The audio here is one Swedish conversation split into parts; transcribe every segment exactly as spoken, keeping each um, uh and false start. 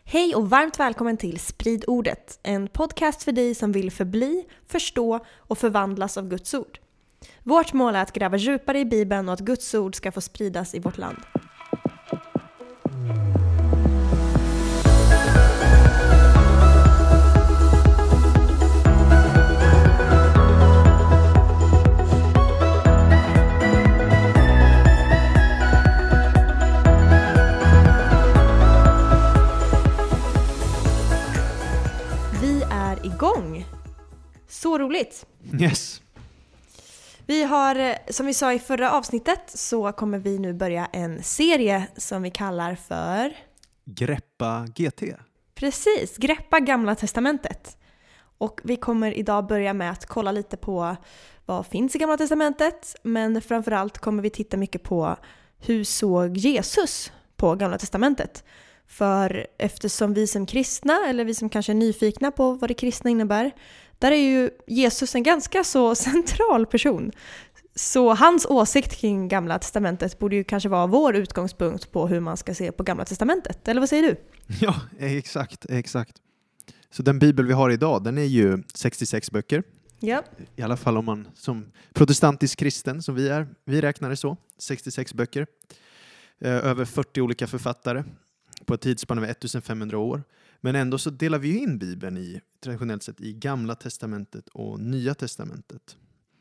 Hej och varmt välkommen till Sprid ordet, en podcast för dig som vill förbli, förstå och förvandlas av Guds ord. Vårt mål är att gräva djupare i Bibeln och att Guds ord ska få spridas i vårt land. Igång! Så roligt! Yes! Vi har, som vi sa i förra avsnittet, så kommer vi nu börja en serie som vi kallar för... Greppa G T. Precis, Greppa Gamla Testamentet. Och vi kommer idag börja med att kolla lite på vad finns i Gamla Testamentet, men framförallt kommer vi titta mycket på hur såg Jesus på Gamla Testamentet. För eftersom vi som kristna, eller vi som kanske är nyfikna på vad det kristna innebär, där är ju Jesus en ganska så central person. Så hans åsikt kring Gamla Testamentet borde ju kanske vara vår utgångspunkt på hur man ska se på Gamla Testamentet. Eller vad säger du? Ja, exakt, exakt. Så den bibel vi har idag, den är ju sextiosex böcker. Ja. I alla fall om man som protestantisk kristen, som vi är, vi räknar det så, sextiosex böcker. Över fyrtio olika författare. På ett tidsspann av femtonhundra år. Men ändå så delar vi ju in Bibeln i, traditionellt sett i Gamla Testamentet och Nya Testamentet.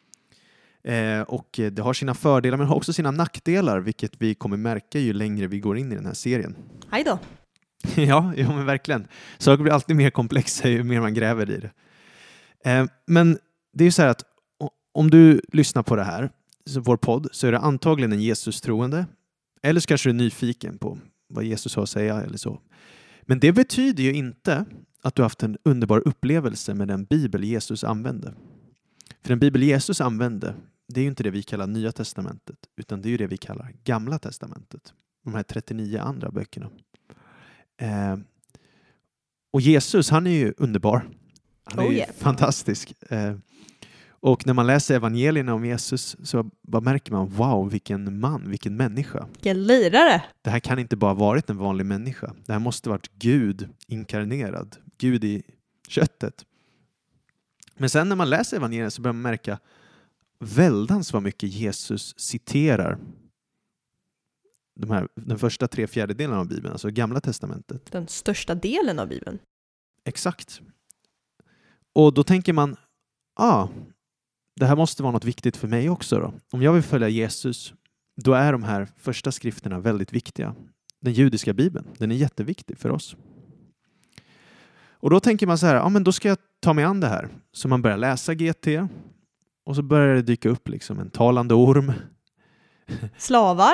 Eh, och det har sina fördelar men har också sina nackdelar, vilket vi kommer märka ju längre vi går in i den här serien. Hej då! ja, ja, men verkligen. Saker blir alltid mer komplexa ju mer man gräver i det. Eh, men det är ju så här att om du lyssnar på det här, så vår podd, så är det antagligen en Jesus-troende. Eller så kanske du är nyfiken på vad Jesus har att säga eller så. Men det betyder ju inte att du har haft en underbar upplevelse med den bibel Jesus använde. För den bibel Jesus använde, det är ju inte det vi kallar Nya Testamentet, utan det är ju det vi kallar Gamla Testamentet. De här trettionio andra böckerna. Eh, och Jesus, han är ju underbar. Han är oh, ju yeah. fantastisk. Eh, Och när man läser evangelierna om Jesus så bara märker man, wow, vilken man, vilken människa. Vilken lirare! Det här kan inte bara ha varit en vanlig människa. Det här måste ha varit Gud inkarnerad. Gud i köttet. Men sen när man läser evangelierna så börjar man märka väldans vad mycket Jesus citerar de här, den första tre fjärdedelen av Bibeln, alltså Gamla Testamentet. Den största delen av Bibeln. Exakt. Och då tänker man, ah, det här måste vara något viktigt för mig också då. Om jag vill följa Jesus, då är de här första skrifterna väldigt viktiga. Den judiska bibeln, den är jätteviktig för oss. Och då tänker man så här, ja men då ska jag ta mig an det här. Så man börjar läsa G T och så börjar det dyka upp liksom en talande orm. Slavar.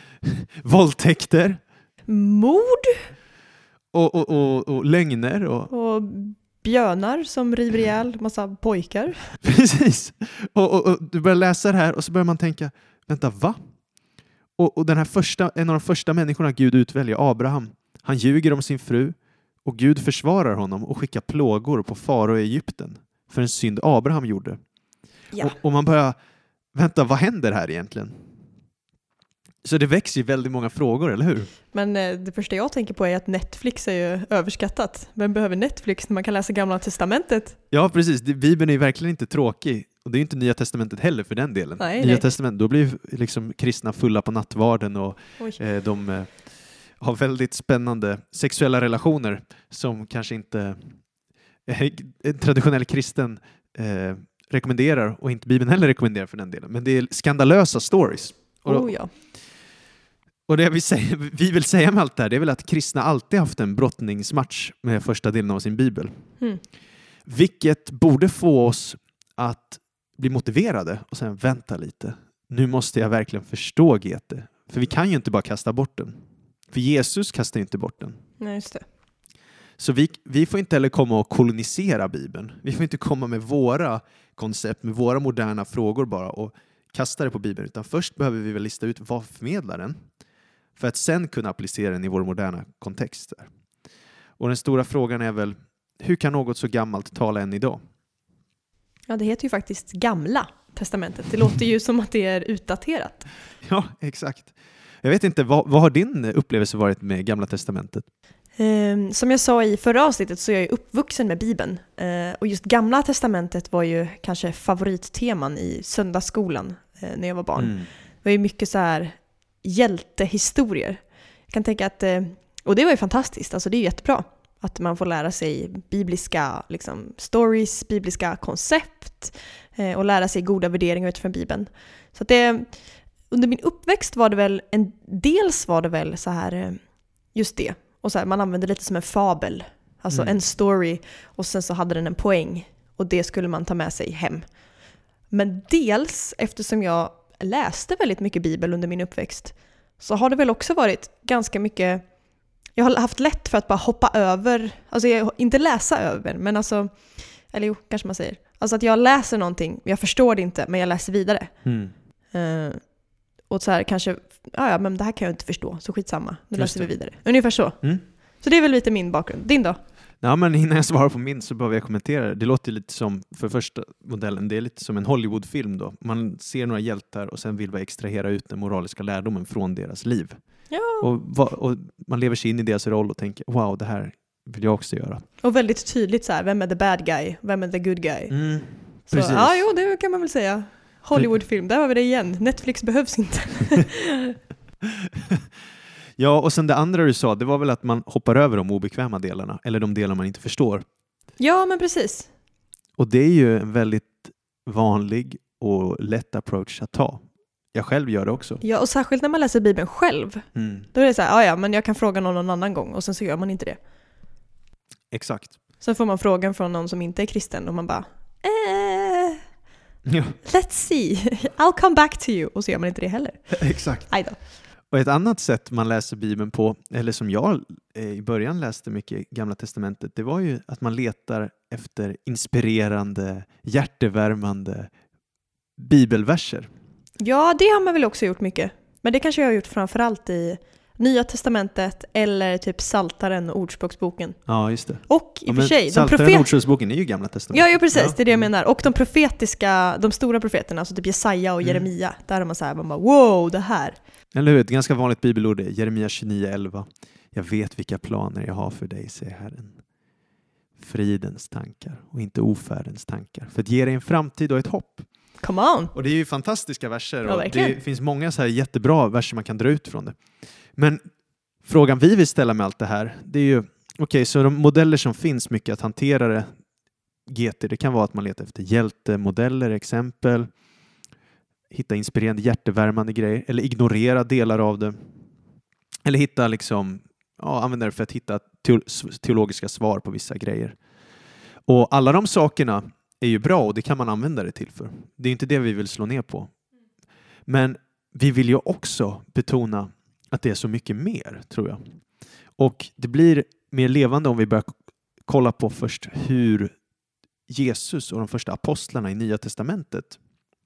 Våldtäkter. Mord. Och, och, och, och lögner. Och... och björnar som river ihjäl massa pojkar. Precis. Och, och, och du börjar läsa det här och så börjar man tänka, vänta, va? Och, och den här första, en av de första människorna Gud utväljer, Abraham, han ljuger om sin fru och Gud försvarar honom och skickar plågor på farao i Egypten för en synd Abraham gjorde. Ja. Och, och man börjar, vänta, vad händer här egentligen? Så det växer ju väldigt många frågor, eller hur? Men eh, det första jag tänker på är att Netflix är ju överskattat. Vem behöver Netflix när man kan läsa Gamla Testamentet? Ja, precis. Bibeln är ju verkligen inte tråkig. Och det är ju inte Nya Testamentet heller för den delen. Nej, Nya nej. Testamentet, då blir liksom kristna fulla på nattvarden och eh, de eh, har väldigt spännande sexuella relationer som kanske inte eh, en traditionell kristen eh, rekommenderar och inte Bibeln heller rekommenderar för den delen. Men det är skandalösa stories. Och, oh, ja. Och det vi, säger, vi vill säga med allt det här, det är väl att kristna alltid haft en brottningsmatch med första delen av sin bibel. Mm. Vilket borde få oss att bli motiverade och säga, vänta lite. Nu måste jag verkligen förstå G T. För vi kan ju inte bara kasta bort den. För Jesus kastar inte bort den. Nej, just det. Så vi, vi får inte heller komma och kolonisera Bibeln. Vi får inte komma med våra koncept, med våra moderna frågor bara och kasta det på Bibeln. Utan först behöver vi väl lista ut vad förmedlar den. För att sen kunna applicera den i vår moderna kontext. Där. Och den stora frågan är väl, hur kan något så gammalt tala än idag? Ja, det heter ju faktiskt Gamla Testamentet. Det låter ju som att det är utdaterat. Ja, exakt. Jag vet inte, vad, vad har din upplevelse varit med Gamla Testamentet? Um, som jag sa i förra avsnittet så är jag uppvuxen med Bibeln. Uh, och just Gamla testamentet var ju kanske favoritteman i söndagsskolan uh, när jag var barn. Mm. Det var ju mycket så här hjältehistorier. Jag kan tänka att, uh, och det var ju fantastiskt, alltså det är ju jättebra. Att man får lära sig bibliska liksom, stories, bibliska koncept uh, och lära sig goda värderingar utifrån Bibeln. Så att det, under min uppväxt var det väl, en, dels var det väl så här, uh, just det. Och så här, man använde det lite som en fabel. Alltså mm. en story och sen så hade den en poäng. Och det skulle man ta med sig hem. Men dels, eftersom jag läste väldigt mycket Bibel under min uppväxt, så har det väl också varit ganska mycket... Jag har haft lätt för att bara hoppa över. Alltså jag, inte läsa över, men alltså... Eller jo, kanske man säger. Alltså att jag läser någonting, jag förstår det inte, men jag läser vidare. Mm. Uh, och så här kanske... Ja, ja, men det här kan jag inte förstå, så skitsamma. Nu läser vi det. vidare. Ungefär så. Mm. Så det är väl lite min bakgrund. Din då? Ja, men innan jag svarar på min så behöver jag kommentera det. Det låter lite som, för första modellen, det är lite som en Hollywoodfilm då. Man ser några hjältar och sen vill man extrahera ut den moraliska lärdomen från deras liv. Ja. Och, och man lever sig in i deras roll och tänker, wow, det här vill jag också göra. Och väldigt tydligt så här, vem är the bad guy? Vem är the good guy? Mm, så, precis. Ja, jo, det kan man väl säga. Hollywoodfilm, där har vi det igen. Netflix behövs inte. Ja, och sen det andra du sa, det var väl att man hoppar över de obekväma delarna, eller de delar man inte förstår. Ja, men precis. Och det är ju en väldigt vanlig och lätt approach att ta. Jag själv gör det också. Ja, och särskilt när man läser Bibeln själv. Mm. Då är det så här, ja, men jag kan fråga någon någon annan gång, och sen så gör man inte det. Exakt. Sen får man frågan från någon som inte är kristen, och man bara, eh, ja. let's see, I'll come back to you. Och så gör man inte det heller. Exakt. Aj då. Och ett annat sätt man läser Bibeln på, eller som jag i början läste mycket i Gamla testamentet, det var ju att man letar efter inspirerande, hjärtevärmande bibelverser. Ja, det har man väl också gjort mycket. Men det kanske jag har gjort framförallt i Nya testamentet eller typ Psaltaren och Ordspråksboken. Ja, just det. Och i och ja, för sig, Psaltaren profet... och Ordspråksboken är ju Gamla testamentet. Ja, ja, precis. Ja. Det är det jag menar. Och de profetiska, de stora profeterna, alltså typ Jesaja och Jeremia. Mm. Där har man så här, man bara, wow, det här. Eller hur? Ett ganska vanligt bibelord är Jeremia tjugonio elva. Jag vet vilka planer jag har för dig, säger Herren. Fridens tankar och inte ofärdens tankar. För att ge dig en framtid och ett hopp. Come on! Och det är ju fantastiska verser. Ja, och det finns många så här jättebra verser man kan dra ut från det. Men frågan vi vill ställa med allt det här, det är ju, okej, okay, så de modeller som finns mycket att hantera det, G T, det kan vara att man letar efter hjältemodeller, exempel, hitta inspirerande, hjärtevärmande grejer, eller ignorera delar av det. Eller hitta liksom, ja, använda det för att hitta teologiska svar på vissa grejer. Och alla de sakerna är ju bra och det kan man använda det till för. Det är inte det vi vill slå ner på. Men vi vill ju också betona att det är så mycket mer, tror jag. Och det blir mer levande om vi börjar kolla på först hur Jesus och de första apostlarna i Nya testamentet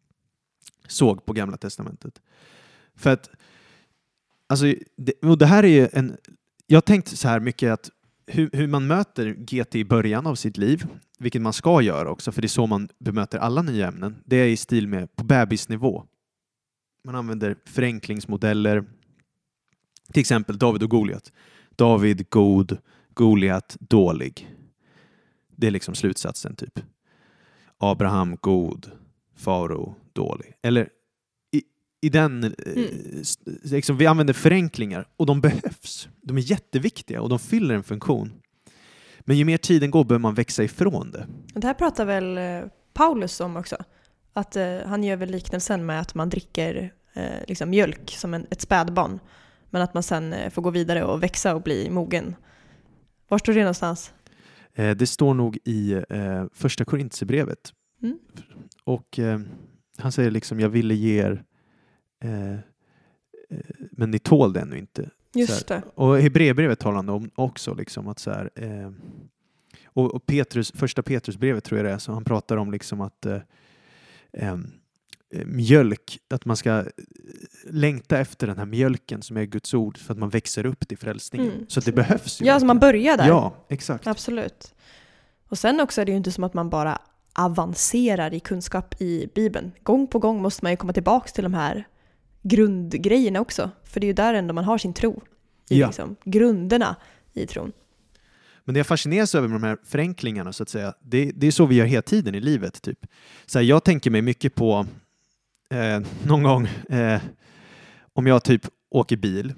såg på Gamla testamentet. För att, alltså, det, och det här är ju en, jag har tänkt så här mycket att hur, hur man möter G T i början av sitt liv, vilket man ska göra också, för det är så man bemöter alla nya ämnen, det är i stil med på bebisnivå. Man använder förenklingsmodeller, till exempel David och Goliat. David god, Goliat dålig. Det är liksom slutsatsen typ. Abraham god, Farao dålig. Eller i, i den, mm. liksom, vi använder förenklingar och de behövs. De är jätteviktiga och de fyller en funktion. Men ju mer tiden går bör man växa ifrån det. Det här pratar väl Paulus om också. Att eh, han gör väl liknelsen med att man dricker eh, liksom mjölk som en, ett spädbarn. Men att man sen eh, får gå vidare och växa och bli mogen. Var står det någonstans? Eh, det står nog i eh, första Korinthierbrevet. Mm. Och eh, han säger liksom, jag ville ge er eh, men ni tål det ännu inte. Just det. Och Hebreerbrevet talar han om också liksom att så här, eh, och, och Petrus, första Petrusbrevet tror jag det är, så han pratar om liksom att eh, eh, mjölk, att man ska längta efter den här mjölken som är Guds ord för att man växer upp till frälsningen. Mm. Så att det behövs ju. Ja, så man börjar där. Ja, exakt. Absolut. Och sen också är det ju inte som att man bara avancerar i kunskap i Bibeln. Gång på gång måste man ju komma tillbaka till de här grundgrejerna också. För det är ju där ändå man har sin tro. I ja. liksom grunderna i tron. Men det jag fascineras över med de här förenklingarna så att säga, det, det är så vi gör hela tiden i livet. Typ. Så här, jag tänker mig mycket på eh, någon gång eh, om jag typ åker bil.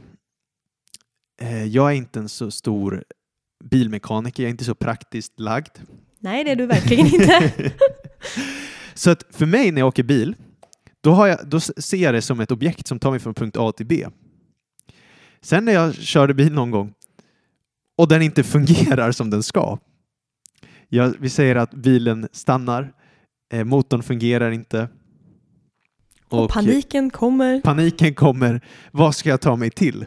Eh, jag är inte en så stor bilmekaniker, jag är inte så praktiskt lagd. Nej, det är du verkligen inte. Så att för mig när jag åker bil, då, har jag, då ser jag det som ett objekt som tar mig från punkt A till B. Sen när jag körde bil någon gång och den inte fungerar som den ska. Jag, vi säger att bilen stannar, eh, motorn fungerar inte. Och, och paniken kommer. Paniken kommer. Vad ska jag ta mig till?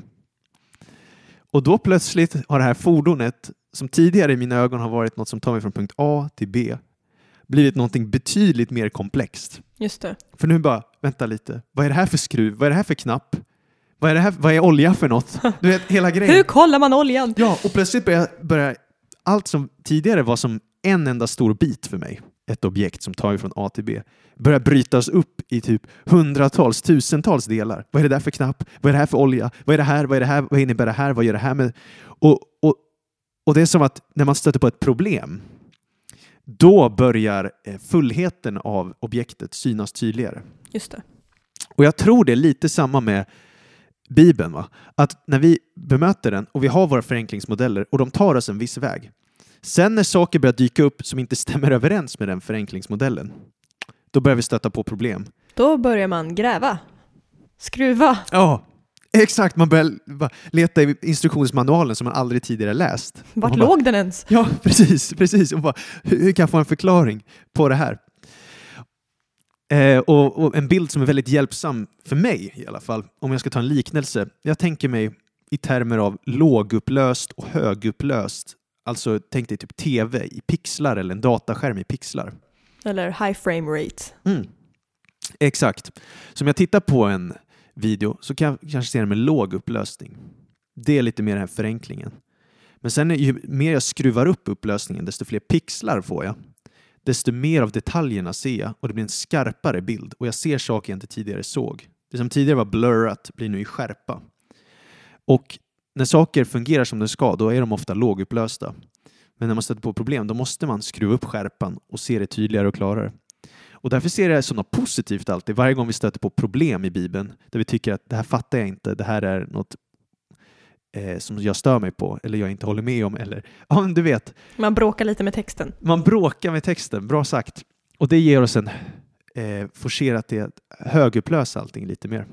Och då plötsligt har det här fordonet, som tidigare i mina ögon har varit något som tar mig från punkt A till B, blivit någonting betydligt mer komplext. Just det. För nu bara, vänta lite. Vad är det här för skruv? Vad är det här för knapp? Vad är det här? Vad är olja för något? Du vet, hela grejen. Hur kollar man oljan? Ja, och plötsligt börjar, börjar allt som tidigare var som en enda stor bit för mig, ett objekt som tar mig från A till B, börjar brytas upp i typ hundratals, tusentals delar. Vad är det där för knapp? Vad är det här för olja? Vad är det här? Vad är det här? Vad innebär det här? Vad gör det här med? Och, och, och det är som att när man stöter på ett problem, då börjar fullheten av objektet synas tydligare. Just det. Och jag tror det är lite samma med Bibeln. Va? Att när vi bemöter den och vi har våra förenklingsmodeller och de tar oss en viss väg. Sen när saker börjar dyka upp som inte stämmer överens med den förenklingsmodellen, då börjar vi stöta på problem. Då börjar man gräva. Skruva. Ja, exakt. Man börjar leta i instruktionsmanualen som man aldrig tidigare läst. Vart låg bara, den ens? Ja, precis. precis. Och bara, hur, hur kan jag få en förklaring på det här? Eh, och, och en bild som är väldigt hjälpsam för mig i alla fall, om jag ska ta en liknelse. Jag tänker mig i termer av lågupplöst och högupplöst. Alltså tänk dig typ tv i pixlar eller en dataskärm i pixlar. Eller high frame rate. Mm. Exakt. Så om jag tittar på en video så kan jag kanske se den med låg upplösning. Det är lite mer den här förenklingen. Men sen är ju mer jag skruvar upp upplösningen, desto fler pixlar får jag. Desto mer av detaljerna ser jag och det blir en skarpare bild. Och jag ser saker jag inte tidigare såg. Det som tidigare var blurrat blir nu i skärpa. Och när saker fungerar som de ska, då är de ofta lågupplösta. Men när man stöter på problem, då måste man skruva upp skärpan och se det tydligare och klarare. Och därför ser jag det som något positivt alltid. Varje gång vi stöter på problem i Bibeln, där vi tycker att det här fattar jag inte, det här är något eh, som jag stör mig på, eller jag inte håller med om, eller ja, men du vet. Man bråkar lite med texten. Man bråkar med texten, bra sagt. Och det ger oss en eh, forcerat till att högupplösa allting lite mer.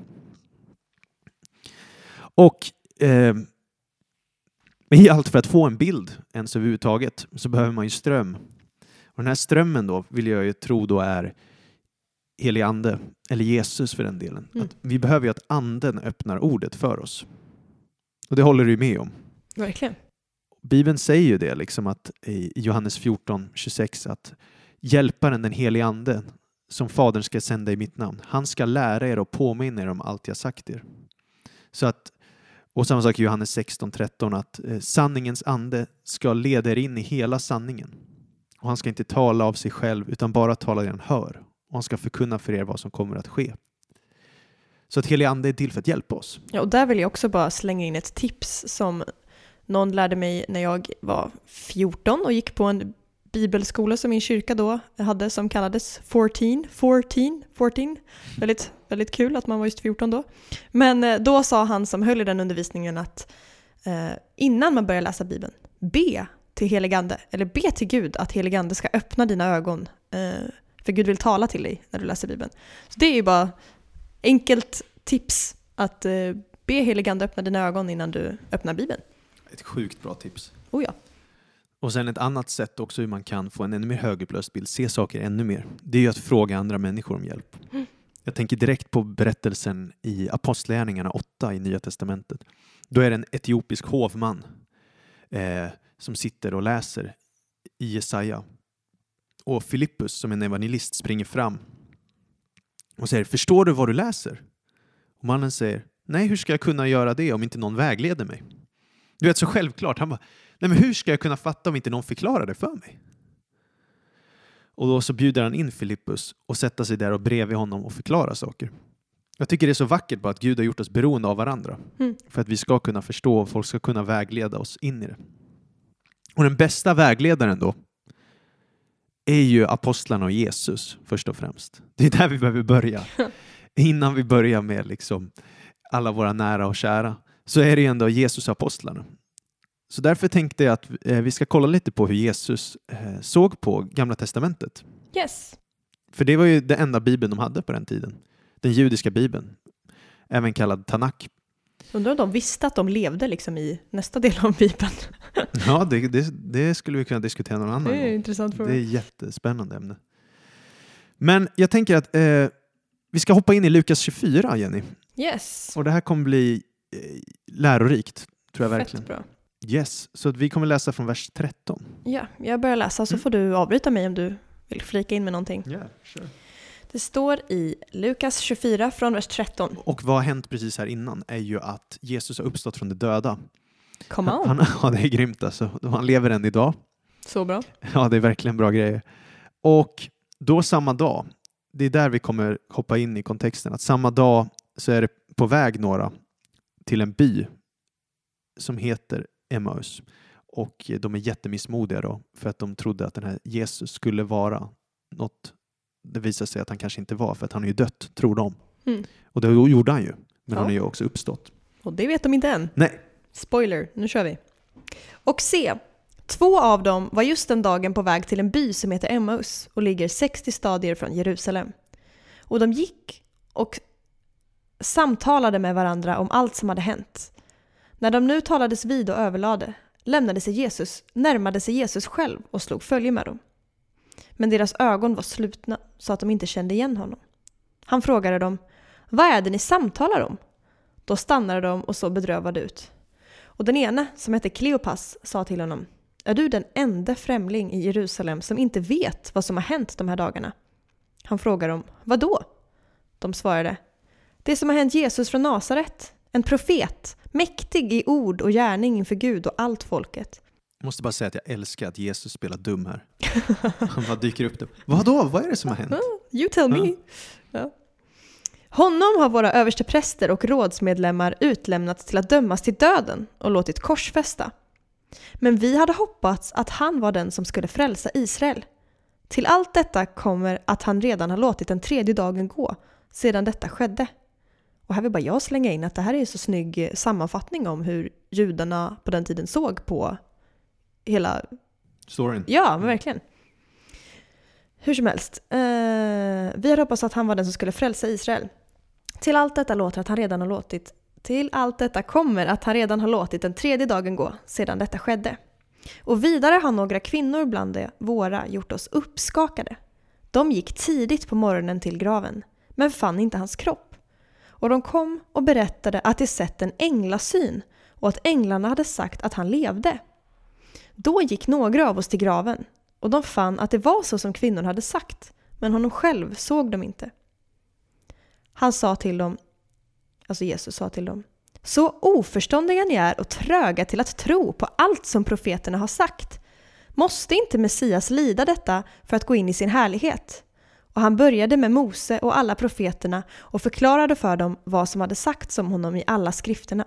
Och eh, i allt för att få en bild ens överhuvudtaget så behöver man ju ström. Och den här strömmen då vill jag ju tro då är helig ande, eller Jesus för den delen. Mm. Att vi behöver ju att anden öppnar ordet för oss. Och det håller du med om. Verkligen. Bibeln säger ju det liksom att i Johannes fjorton tjugosex att hjälparen, den helige anden som Fadern ska sända i mitt namn, han ska lära er och påminna er om allt jag sagt er. Så att, och samma sak i Johannes sexton tretton att eh, sanningens ande ska leda er in i hela sanningen. Och han ska inte tala av sig själv utan bara tala det han hör. Och han ska förkunna för er vad som kommer att ske. Så att helig ande är till för att hjälpa oss. Ja, och där vill jag också bara slänga in ett tips som någon lärde mig när jag var fjorton och gick på en bibelskola som min kyrka då hade som kallades fjorton, fjorton, fjorton. Väldigt, väldigt kul att man var just fjorton då. Men då sa han som höll i den undervisningen att eh, innan man börjar läsa Bibeln, be till helig ande, eller be till Gud att helig ande ska öppna dina ögon. Eh, för Gud vill tala till dig när du läser Bibeln. Så det är ju bara enkelt tips att eh, be helig ande öppna dina ögon innan du öppnar Bibeln. Ett sjukt bra tips. Oh ja. Och sen ett annat sätt också hur man kan få en ännu mer högupplöst bild, se saker ännu mer. Det är ju att fråga andra människor om hjälp. Mm. Jag tänker direkt på berättelsen i Apostlagärningarna åtta i Nya testamentet. Då är det en etiopisk hovman eh, som sitter och läser i Jesaja. Och Filippus som en evangelist springer fram och säger, förstår du vad du läser? Och mannen säger, nej, hur ska jag kunna göra det om inte någon vägleder mig? Du vet, så självklart. Han bara, nej men hur ska jag kunna fatta om inte någon förklarar det för mig? Och då så bjuder han in Filippus och sätter sig där och bredvid honom och förklarar saker. Jag tycker det är så vackert på att Gud har gjort oss beroende av varandra. Mm. För att vi ska kunna förstå och folk ska kunna vägleda oss in i det. Och den bästa vägledaren då är ju apostlarna och Jesus först och främst. Det är där vi behöver börja. Innan vi börjar med liksom alla våra nära och kära så är det ju ändå Jesus och apostlarna. Så därför tänkte jag att eh, vi ska kolla lite på hur Jesus eh, såg på Gamla testamentet. Yes. För det var ju det enda bibeln de hade på den tiden. Den judiska bibeln. Även kallad Tanakh. Undrar om de visste att de levde liksom i nästa del av Bibeln. Ja, det, det, det skulle vi kunna diskutera någon annan Det är gång. intressant fråga. Det är ett jättespännande ämne. Men jag tänker att eh, vi ska hoppa in i Lukas tjugofyra, Jenny. Yes. Och det här kommer bli eh, lärorikt, tror jag Fett verkligen. bra. Yes, så att vi kommer läsa från vers tretton. Ja, jag börjar läsa så Mm. får du avbryta mig om du vill flika in med någonting. Yeah, sure. Det står i Lukas tjugofyra från vers tretton. Och vad har hänt precis här innan är ju att Jesus har uppstått från de döda. Come on. Han, ja, det är grymt alltså. Han lever än idag. Så bra. Ja, det är verkligen bra grejer. Och då samma dag, det är där vi kommer hoppa in i kontexten, att samma dag så är det på väg några till en by som heter Emmaus. Och de är jättemissmodiga då, för att de trodde att den här Jesus skulle vara något. Det visar sig att han kanske inte var, för att han är ju dött, tror de. Mm. Och det gjorde han ju, men Ja. han har ju också uppstått. Och det vet de inte än. Nej. Spoiler, nu kör vi. Och se, två av dem var just den dagen på väg till en by som heter Emmaus och ligger sextio stadier från Jerusalem. Och de gick och samtalade med varandra om allt som hade hänt. När de nu talades vid och överlade lämnade sig Jesus, närmade sig Jesus själv och slog följe med dem. Men deras ögon var slutna så att de inte kände igen honom. Han frågade dem, vad är det ni samtalar om? Då stannade de och så bedrövade ut. Och den ene, som hette Kleopas, sa till honom, är du den enda främling i Jerusalem som inte vet vad som har hänt de här dagarna? Han frågade dem, vad då? De svarade, det som har hänt Jesus från Nasaret, en profet, mäktig i ord och gärning inför Gud och allt folket. Jag måste bara säga att jag älskar att Jesus spelar dum här. Han bara dyker upp det. Vadå? Vad är det som har hänt? You tell me. Ja. Ja. Honom har våra överstepräster och rådsmedlemmar utlämnat till att dömas till döden och låtit korsfästa. Men vi hade hoppats att han var den som skulle frälsa Israel. Till allt detta kommer att han redan har låtit den tredje dagen gå sedan detta skedde. Och här vill bara jag slänga in att det här är en så snygg sammanfattning om hur judarna på den tiden såg på hela... Storyn. Ja, men verkligen. Hur som helst. Eh, vi hade hoppats att han var den som skulle frälsa Israel. Till allt detta låter att han redan har låtit... Till allt detta kommer att han redan har låtit den tredje dagen gå sedan detta skedde. Och vidare har några kvinnor bland de våra gjort oss uppskakade. De gick tidigt på morgonen till graven, men fann inte hans kropp. Och de kom och berättade att de sett en änglasyn och att änglarna hade sagt att han levde. Då gick några av oss till graven och de fann att det var så som kvinnor hade sagt, men honom själv såg de inte. Han sa till dem, alltså Jesus sa till dem, så oförståndiga ni är och tröga till att tro på allt som profeterna har sagt. Måste inte Messias lida detta för att gå in i sin härlighet? Och han började med Mose och alla profeterna och förklarade för dem vad som hade sagts om honom i alla skrifterna.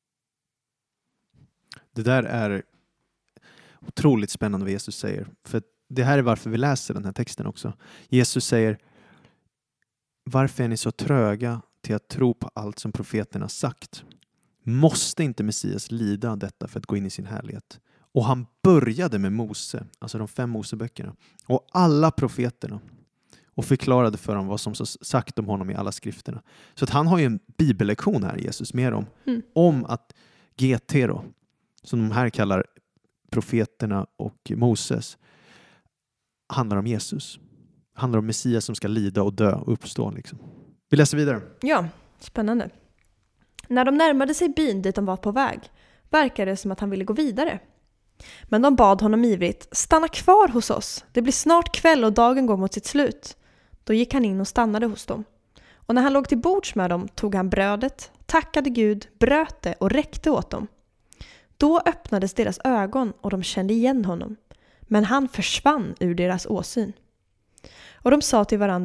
Det där är otroligt spännande vad Jesus säger. För det här är varför vi läser den här texten också. Jesus säger, varför är ni så tröga till att tro på allt som profeterna sagt? Måste inte Messias lida detta för att gå in i sin härlighet? Och han började med Mose, alltså de fem Moseböckerna, och alla profeterna, och förklarade för dem vad som så sagt om honom i alla skrifterna. Så att han har ju en bibellektion här, Jesus, med om, Mm. om att G T då, som de här kallar profeterna och Moses, handlar om Jesus. Handlar om Messias som ska lida och dö och uppstå. Liksom. Vi läser vidare. Ja, spännande. När de närmade sig byn dit de var på väg verkade det som att han ville gå vidare. Men de bad honom ivrigt, stanna kvar hos oss. Det blir snart kväll och dagen går mot sitt slut. Då gick han in och stannade hos dem. Och när han låg till bords med dem tog han brödet, tackade Gud, bröt det och räckte åt dem. Då öppnades deras ögon och de kände igen honom. Men han försvann ur deras åsyn. Och de sa till varandra,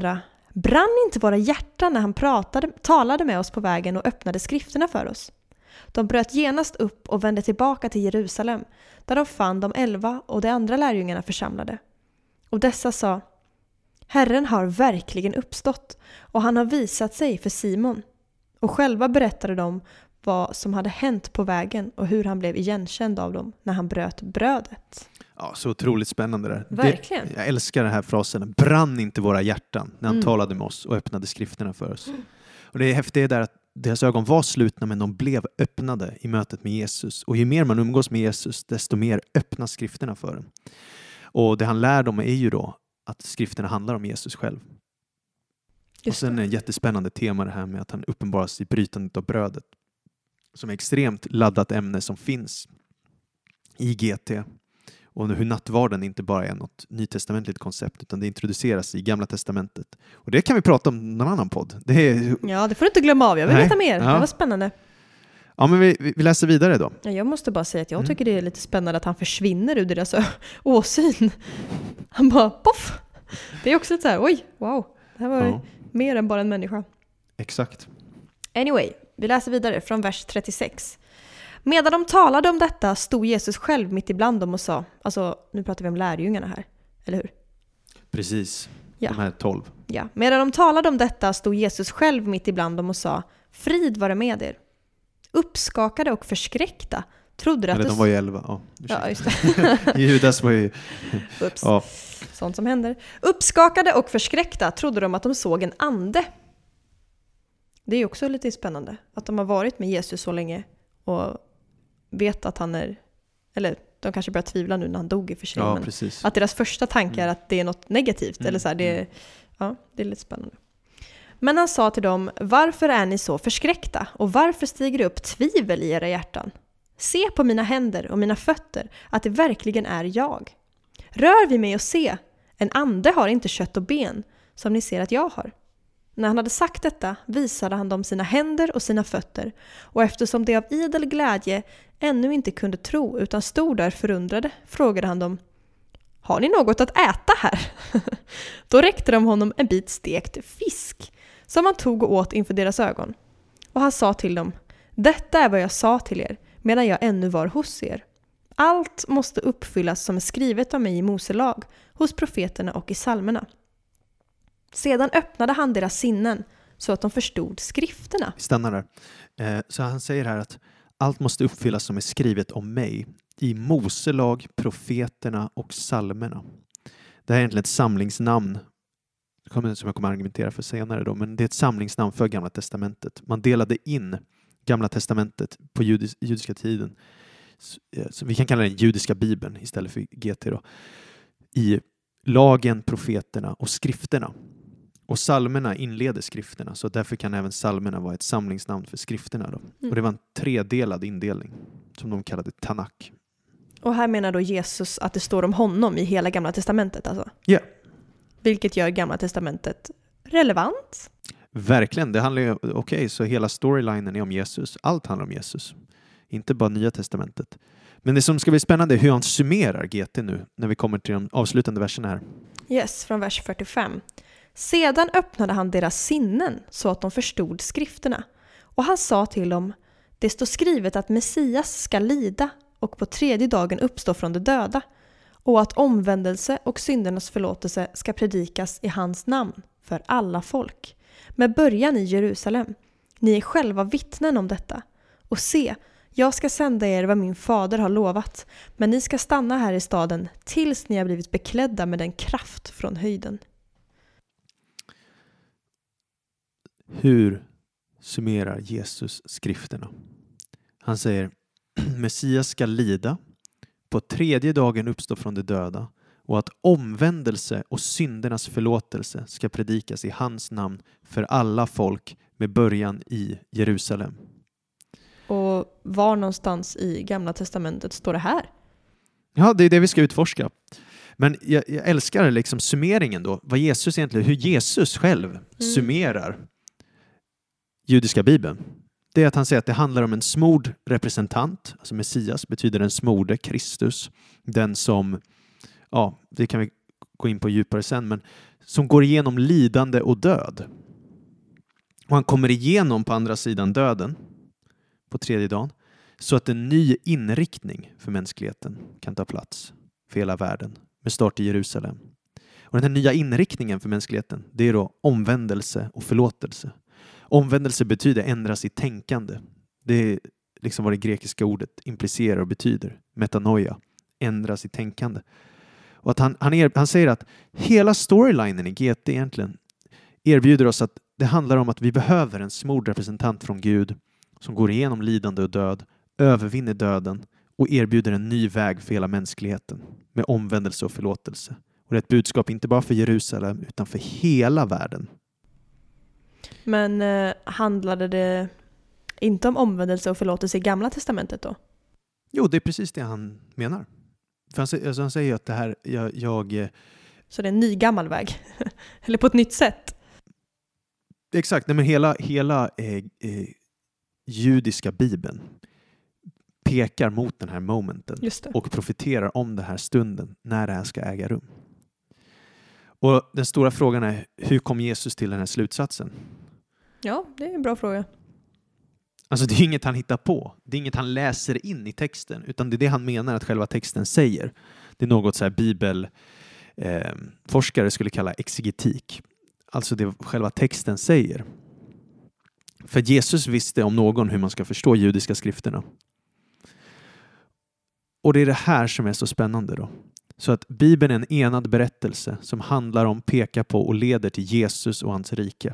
Brann inte våra hjärtan när han pratade, talade med oss på vägen och öppnade skrifterna för oss? De bröt genast upp och vände tillbaka till Jerusalem, där de fann de elva och de andra lärjungarna församlade. Och dessa sa: Herren har verkligen uppstått, och han har visat sig för Simon. Och själva berättade de vad som hade hänt på vägen och hur han blev igenkänd av dem när han bröt brödet. Ja, så otroligt spännande där. Verkligen. Det, jag älskar den här frasen. Brann inte våra hjärtan när han Mm. talade med oss och öppnade skrifterna för oss. Mm. Och det är häftigt där att deras ögon var slutna, men de blev öppnade i mötet med Jesus. Och ju mer man umgås med Jesus, desto mer öppnas skrifterna för en. Och det han lär dem är ju då att skrifterna handlar om Jesus själv. Just och sen är det ett jättespännande tema det här med att han uppenbaras i brytandet av brödet. Som är extremt laddat ämne som finns i G T. Och hur nattvarden inte bara är något nytestamentligt koncept, utan det introduceras i Gamla testamentet. Och det kan vi prata om i någon annan podd. Det är... Ja, det får du inte glömma av. Jag vill Nej. veta mer. Ja. Det var spännande. Ja, men vi, vi läser vidare då. Ja, jag måste bara säga att jag Mm. tycker det är lite spännande att han försvinner ur deras ö- åsyn. Han bara, poff! Det är också ett så här, oj, wow. Det här var Ja, mer än bara en människa. exakt. Anyway, vi läser vidare från vers trettiosex. Medan de talade om detta stod Jesus själv mitt ibland dem och sa, alltså nu pratar vi om lärjungarna här, eller hur? Precis. Ja. De här tolv. Ja, medan de talade om detta stod Jesus själv mitt ibland dem och sa, frid vare med er. Uppskakade och förskräckta trodde de att Eller det... de var ju elva. Ja, Ja, ursäkta. just det. Judas var ju... Ups. Ja. Sånt som händer. Uppskakade och förskräckta trodde de att de såg en ande. Det är ju också lite spännande. Att de har varit med Jesus så länge och vet att han är... Eller de kanske börjar tvivla nu när han dog i och för sig. Ja, men precis. att deras första tanke är att det är något negativt. Mm, Eller så här, det, är, mm. ja, det är lite spännande. Men han sa till dem, varför är ni så förskräckta? Och varför stiger det upp tvivel i era hjärtan? Se på mina händer och mina fötter, att det verkligen är jag. Rör vid mig och se, en ande har inte kött och ben, som ni ser att jag har. När han hade sagt detta visade han dem sina händer och sina fötter, och eftersom de av idel glädje ännu inte kunde tro utan stod där förundrade, frågade han dem, har ni något att äta här? Då räckte de honom en bit stekt fisk, som han tog och åt inför deras ögon. Och han sa till dem, detta är vad jag sa till er, medan jag ännu var hos er. Allt måste uppfyllas som är skrivet av mig i Mose lag, hos profeterna och i psalmerna. Sedan öppnade han deras sinnen, så att de förstod skrifterna. Vi stannar där. Eh, så han säger här att allt måste uppfyllas som är skrivet om mig i Mose lag, profeterna och psalmerna. Det här är egentligen ett samlingsnamn som jag kommer att argumentera för senare då, men det är ett samlingsnamn för Gamla testamentet. Man delade in Gamla testamentet på judis, judiska tiden, så, så vi kan kalla den judiska bibeln istället för G T då, i lagen, profeterna och skrifterna. Och psalmerna inleder skrifterna, så därför kan även psalmerna vara ett samlingsnamn för skrifterna då. Mm. Och det var en tredelad indelning som de kallade Tanakh. Och här menar då Jesus att det står om honom i hela Gamla testamentet alltså? Ja. Vilket gör Gamla testamentet relevant? Verkligen, det handlar ju, okej, okay, så hela storylinen är om Jesus. Allt handlar om Jesus. Inte bara Nya testamentet. Men det som ska bli spännande är hur han summerar G T nu när vi kommer till de avslutande verserna här. Yes, från vers fyrtiofem. Sedan öppnade han deras sinnen så att de förstod skrifterna. Och han sa till dem, det står skrivet att Messias ska lida och på tredje dagen uppstå från de döda, och att omvändelse och syndernas förlåtelse ska predikas i hans namn för alla folk, med början i Jerusalem. Ni är själva vittnen om detta. Och se, jag ska sända er vad min fader har lovat, men ni ska stanna här i staden tills ni har blivit beklädda med den kraft från höjden. Hur summerar Jesus skrifterna? Han säger, Messias ska lida, på tredje dagen uppstå från de döda, och att omvändelse och syndernas förlåtelse ska predikas i hans namn för alla folk med början i Jerusalem. Och var någonstans i Gamla testamentet står det här? Ja, det är det vi ska utforska. Men jag, jag älskar liksom summeringen då. Vad Jesus egentligen, hur Jesus själv mm. summerar judiska bibeln. Det är att han säger att det handlar om en smord representant. Alltså Messias betyder en smorde, Kristus. Den som, ja, det kan vi gå in på djupare sen, men som går igenom lidande och död. Och han kommer igenom på andra sidan döden på tredje dagen så att en ny inriktning för mänskligheten kan ta plats för hela världen med start i Jerusalem. Och den här nya inriktningen för mänskligheten, det är då omvändelse och förlåtelse. Omvändelse betyder ändra sitt tänkande. Det är liksom vad det grekiska ordet implicerar och betyder. Metanoia, ändra sitt tänkande. Och att han, han, er, han säger att hela storylinen i G T egentligen erbjuder oss att det handlar om att vi behöver en smord representant från Gud som går igenom lidande och död, övervinner döden och erbjuder en ny väg för hela mänskligheten med omvändelse och förlåtelse. Och det är ett budskap inte bara för Jerusalem utan för hela världen. Men eh, handlade det inte om omvändelse och förlåtelse i Gamla testamentet då? Jo, det är precis det han menar. För han, alltså han säger att det här, jag... jag Så det är en ny gammal väg? Eller på ett nytt sätt? Exakt, nej men hela, hela eh, eh, judiska bibeln pekar mot den här momenten och profeterar om den här stunden när det här ska äga rum. Och den stora frågan är, hur kom Jesus till den här slutsatsen? Ja, det är en bra fråga. Alltså det är inget han hittar på. Det är inget han läser in i texten, utan det är det han menar att själva texten säger. Det är något så här bibelforskare eh, skulle kalla exegetik. Alltså det själva texten säger. För Jesus visste om någon hur man ska förstå judiska skrifterna. Och det är det här som är så spännande då. Så att Bibeln är en enad berättelse som handlar om, pekar på och leder till Jesus och hans rike.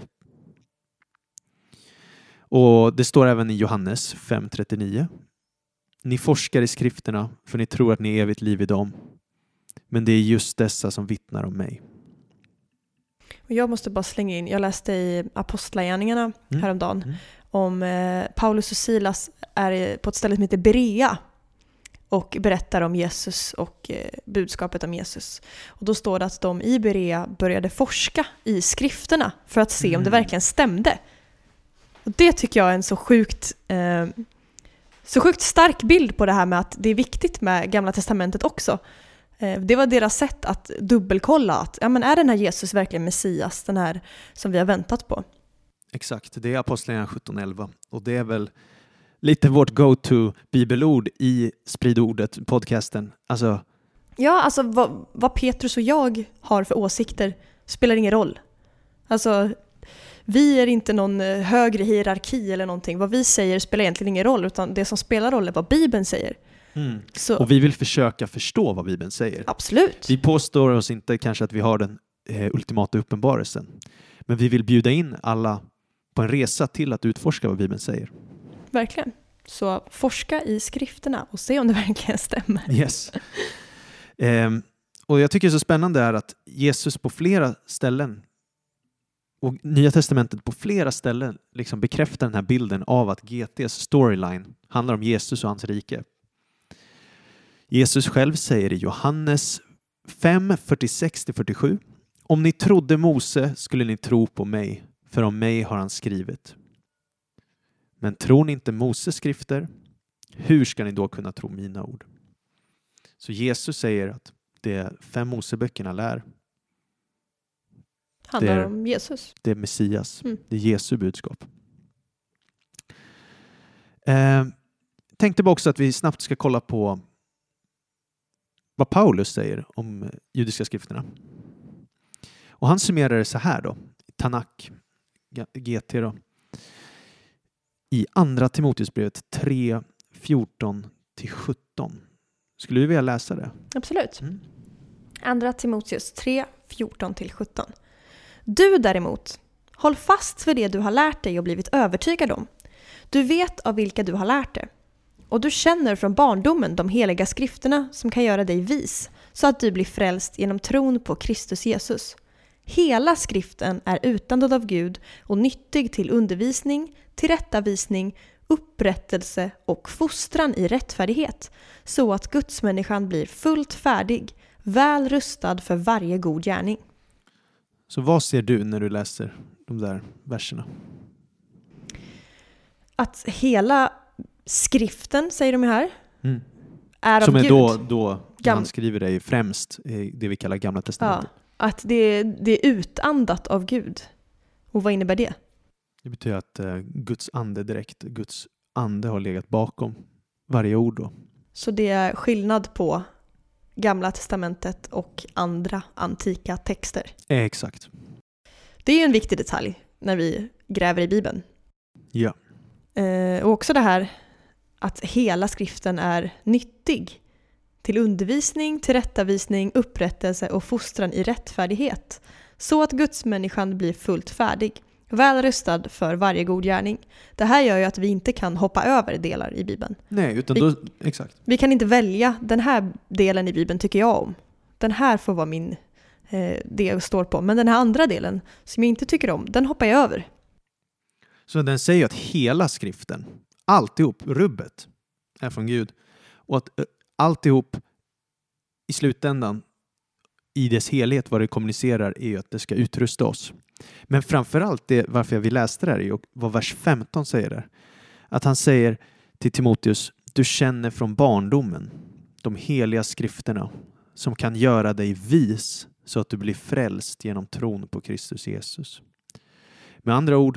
Och det står även i Johannes fem trettionio. Ni forskar i skrifterna för ni tror att ni är evigt liv i dem. Men det är just dessa som vittnar om mig. Och jag måste bara slänga in, jag läste i Apostlagärningarna mm. häromdagen mm. om eh, Paulus och Silas är på ett ställe som heter Berea och berättar om Jesus och eh, budskapet om Jesus. Och då står det att de i Berea började forska i skrifterna för att se mm. om det verkligen stämde. Och det tycker jag är en så sjukt, eh, så sjukt stark bild på det här med att det är viktigt med Gamla testamentet också. Eh, det var deras sätt att dubbelkolla att ja, men är den här Jesus verkligen Messias, den här som vi har väntat på? Exakt, det är Apostlagärningarna sjutton elva och det är väl lite vårt go-to bibelord i Spridordet, podcasten. Alltså... Ja, alltså vad, vad Petrus och jag har för åsikter spelar ingen roll. Alltså... Vi är inte någon högre hierarki eller någonting. Vad vi säger spelar egentligen ingen roll, utan det som spelar roll är vad Bibeln säger. Mm. Så. Och vi vill försöka förstå vad Bibeln säger. Absolut. Vi påstår oss inte kanske att vi har den eh, ultimata uppenbarelsen. Men vi vill bjuda in alla på en resa till att utforska vad Bibeln säger. Verkligen. Så forska i skrifterna och se om det verkligen stämmer. Yes. Eh, och jag tycker det är så spännande är att Jesus på flera ställen och Nya testamentet på flera ställen liksom bekräftar den här bilden av att G T:s storyline handlar om Jesus och hans rike. Jesus själv säger i Johannes fem fyrtiosex till fyrtiosju: om ni trodde Mose skulle ni tro på mig, för om mig har han skrivit. Men tror ni inte Moses skrifter, hur ska ni då kunna tro mina ord? Så Jesus säger att det fem Moseböckerna lär handlar det är, om Jesus. Det är Messias. Mm. Det är Jesu budskap. Eh, tänkte bara också att vi snabbt ska kolla på vad Paulus säger om judiska skrifterna. Och han summerar det så här då. Tanakh, G T då. I andra Timoteusbrevet tre fjorton till sjutton. Skulle du vilja läsa det? Absolut. Mm. Andra Timoteus tre fjorton till sjutton. Du däremot, håll fast vid det du har lärt dig och blivit övertygad om. Du vet av vilka du har lärt det. Och du känner från barndomen de heliga skrifterna som kan göra dig vis, så att du blir frälst genom tron på Kristus Jesus. Hela skriften är utandad av Gud och nyttig till undervisning, tillrättavisning, upprättelse och fostran i rättfärdighet, så att gudsmänniskan blir fullt färdig, väl rustad för varje god gärning. Så vad ser du när du läser de där verserna? Att hela skriften, säger de här, mm. är av Som är Gud. då, då Gam- han skriver det främst det vi kallar Gamla testamentet. Ja, Att det, det är utandat av Gud. Och vad innebär det? Det betyder att eh, Guds ande direkt, Guds ande har legat bakom varje ord då. Så det är skillnad på Gamla testamentet och andra antika texter. Eh, exakt. Det är ju en viktig detalj när vi gräver i Bibeln. Ja. Eh, och också det här att hela skriften är nyttig till undervisning, tillrättavisning, upprättelse och fostran i rättfärdighet. Så att gudsmänniskan blir fullt färdig, väl rustad för varje god gärning. Det här gör ju att vi inte kan hoppa över delar i Bibeln. Nej, utan vi, då, exakt. Vi kan inte välja, den här delen i Bibeln tycker jag om. Den här får vara min, eh, det jag står på. Men den här andra delen som jag inte tycker om, den hoppar jag över. Så den säger att hela skriften, alltihop, rubbet, är från Gud. Och att alltihop i slutändan, i dess helhet, vad det kommunicerar är ju att det ska utrusta oss. Men framförallt det, varför jag vill läsa det här är ju vad vers femton säger där. Att han säger till Timoteus, du känner från barndomen de heliga skrifterna som kan göra dig vis så att du blir frälst genom tron på Kristus Jesus. Med andra ord,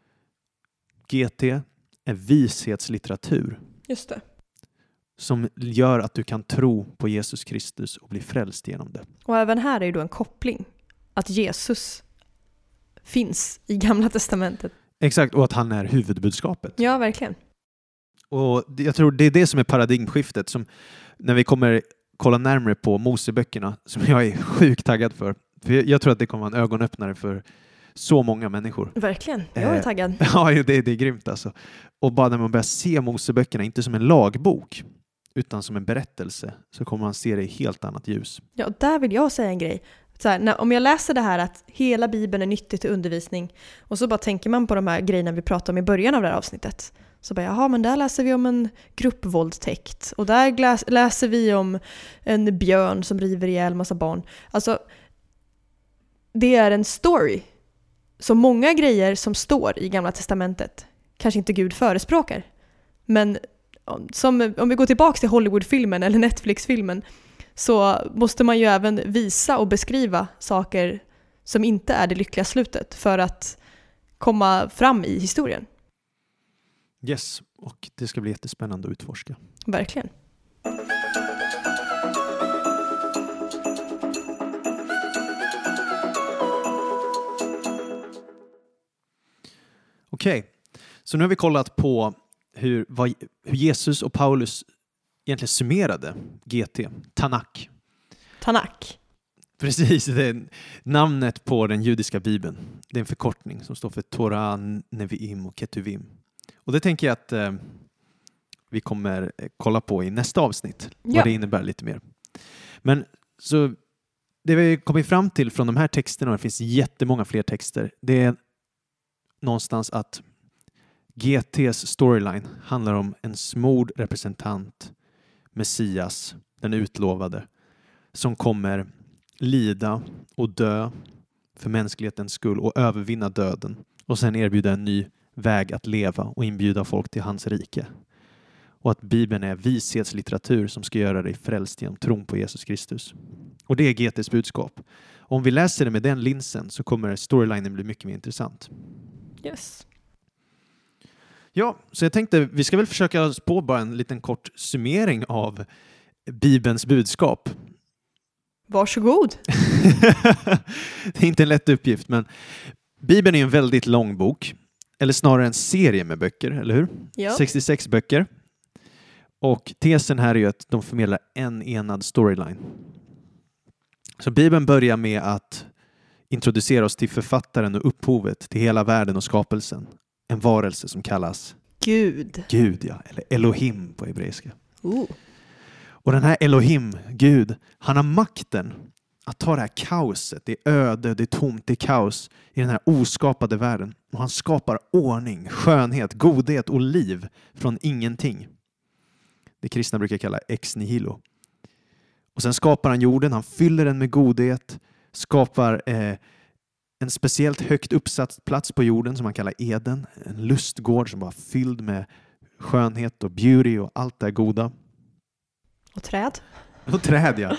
G T är vishetslitteratur. Just det. Som gör att du kan tro på Jesus Kristus och bli frälst genom det. Och även här är ju då en koppling. Att Jesus finns i Gamla testamentet. Exakt, och att han är huvudbudskapet. Ja, verkligen. Och jag tror det är det som är paradigmskiftet. Som när vi kommer kolla närmare på Moseböckerna, som jag är sjukt taggad för. För jag tror att det kommer vara en ögonöppnare för så många människor. Verkligen, jag är taggad. Eh, ja, det, det är grymt alltså. Och bara när man börjar se Moseböckerna, inte som en lagbok, utan som en berättelse, så kommer man se det i helt annat ljus. Ja, och där vill jag säga en grej. Så här, när, om jag läser det här att hela Bibeln är nyttigt till undervisning och så bara tänker man på de här grejerna vi pratade om i början av det här avsnittet. Så bara, jaha, men där läser vi om en gruppvåldtäkt och där gläs, läser vi om en björn som river ihjäl massa barn. Alltså, det är en story. Så många grejer som står i Gamla testamentet kanske inte Gud förespråkar. Men som, om vi går tillbaka till Hollywoodfilmen eller Netflixfilmen, så måste man ju även visa och beskriva saker som inte är det lyckliga slutet för att komma fram i historien. Yes, och det ska bli jättespännande att utforska. Verkligen. Okej, okay. Så nu har vi kollat på hur, vad, hur Jesus och Paulus egentligen summerade G T, Tanak. Tanak. Precis, det är namnet på den judiska bibeln. Det är en förkortning som står för Torah, Neviim och Ketuvim. Och det tänker jag att eh, vi kommer kolla på i nästa avsnitt. Ja. Vad det innebär lite mer. Men så det vi kommit fram till från de här texterna, och det finns jättemånga fler texter, det är någonstans att G T:s storyline handlar om en smord representant, Messias, den utlovade, som kommer lida och dö för mänsklighetens skull och övervinna döden och sen erbjuda en ny väg att leva och inbjuda folk till hans rike. Och att Bibeln är vishetslitteratur som ska göra dig frälst genom tron på Jesus Kristus. Och det är G T:s budskap. Om vi läser det med den linsen så kommer storylinen bli mycket mer intressant. Yes. Ja, så jag tänkte vi ska väl försöka oss på bara en liten kort summering av Bibelns budskap. Varsågod. Det är inte en lätt uppgift, men Bibeln är en väldigt lång bok. Eller snarare en serie med böcker, eller hur? Ja. sextiosex böcker. Och tesen här är ju att de förmedlar en enad storyline. Så Bibeln börjar med att introducera oss till författaren och upphovet till hela världen och skapelsen. En varelse som kallas Gud. Gud, ja. Eller Elohim på hebreiska. Uh. Och den här Elohim, Gud, han har makten att ta det här kaoset, det är öde, det är tomt, det är kaos i den här oskapade världen. Och han skapar ordning, skönhet, godhet och liv från ingenting. Det kristna brukar kalla ex nihilo. Och sen skapar han jorden, han fyller den med godhet, skapar eh, en speciellt högt uppsatt plats på jorden som man kallar Eden. En lustgård som var fylld med skönhet och beauty och allt det goda. Och träd. Och träd, ja.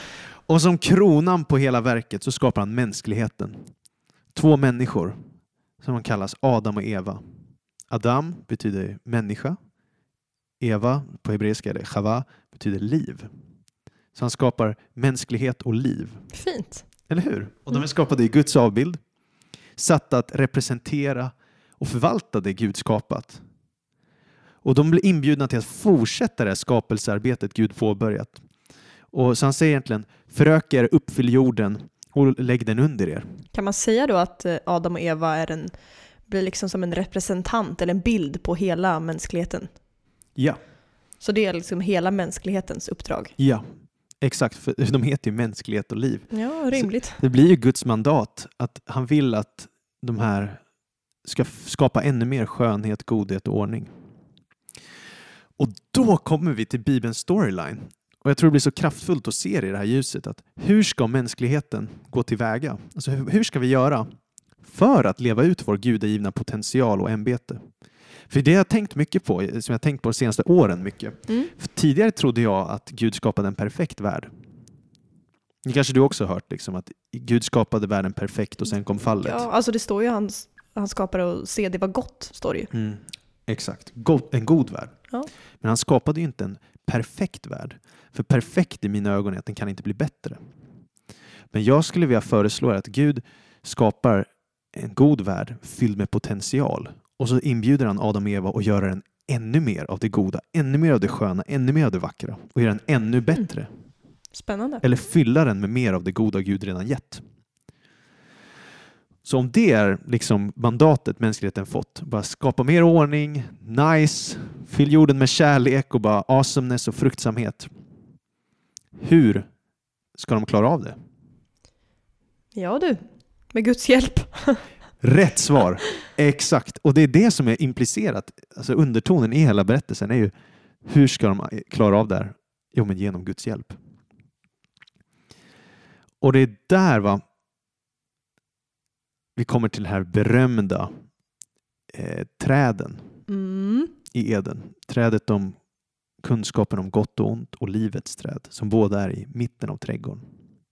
Och som kronan på hela verket så skapar han mänskligheten. Två människor som man kallas Adam och Eva. Adam betyder människa. Eva på hebreiska är det Chava, betyder liv. Så han skapar mänsklighet och liv. Fint. Eller hur? Och de är skapade i Guds avbild. Satt att representera och förvalta det Gud skapat. Och de blir inbjudna till att fortsätta det här skapelsearbetet Gud påbörjat. Och så han säger egentligen, förök er, uppfyll jorden och lägg den under er. Kan man säga då att Adam och Eva är en, blir liksom som en representant eller en bild på hela mänskligheten? Ja. Så det är liksom hela mänsklighetens uppdrag? Ja, exakt. För de heter ju mänsklighet och liv. Ja, rimligt. Så det blir ju Guds mandat att han vill att de här ska skapa ännu mer skönhet, godhet och ordning. Och då kommer vi till Bibelns storyline. Och jag tror det blir så kraftfullt att se det i det här ljuset. Att hur ska mänskligheten gå tillväga? Alltså hur ska vi göra för att leva ut vår gudagivna potential och ämbete? För det har jag tänkt mycket på, som jag har tänkt på de senaste åren mycket. Mm. För tidigare trodde jag att Gud skapade en perfekt värld. Det kanske du också har hört, liksom, att Gud skapade världen perfekt och sen kom fallet. Ja, alltså det står ju han, han skapade och se det var gott, står det ju. Mm. Exakt, God, en god värld. Ja. Men han skapade ju inte en perfekt värld. För perfekt i mina ögon är att den kan inte bli bättre. Men jag skulle vilja föreslå att Gud skapar en god värld fylld med potential. Och så inbjuder han Adam och Eva att göra den ännu mer av det goda, ännu mer av det sköna, ännu mer av det vackra. Och göra den ännu bättre. Mm. Spännande. Eller fylla den med mer av det goda Gud redan gett. Så om det är liksom mandatet mänskligheten fått, bara skapa mer ordning, nice, fyll jorden med kärlek och bara awesomeness och fruktsamhet. Hur ska de klara av det? Ja du, med Guds hjälp. Rätt svar, exakt. Och det är det som är implicerat, alltså undertonen i hela berättelsen är ju, hur ska de klara av det här? Jo, men genom Guds hjälp. Och det är där va, vi kommer till det här berömda eh, träden mm. i Eden. Trädet om kunskapen om gott och ont och livets träd som båda är i mitten av trädgården.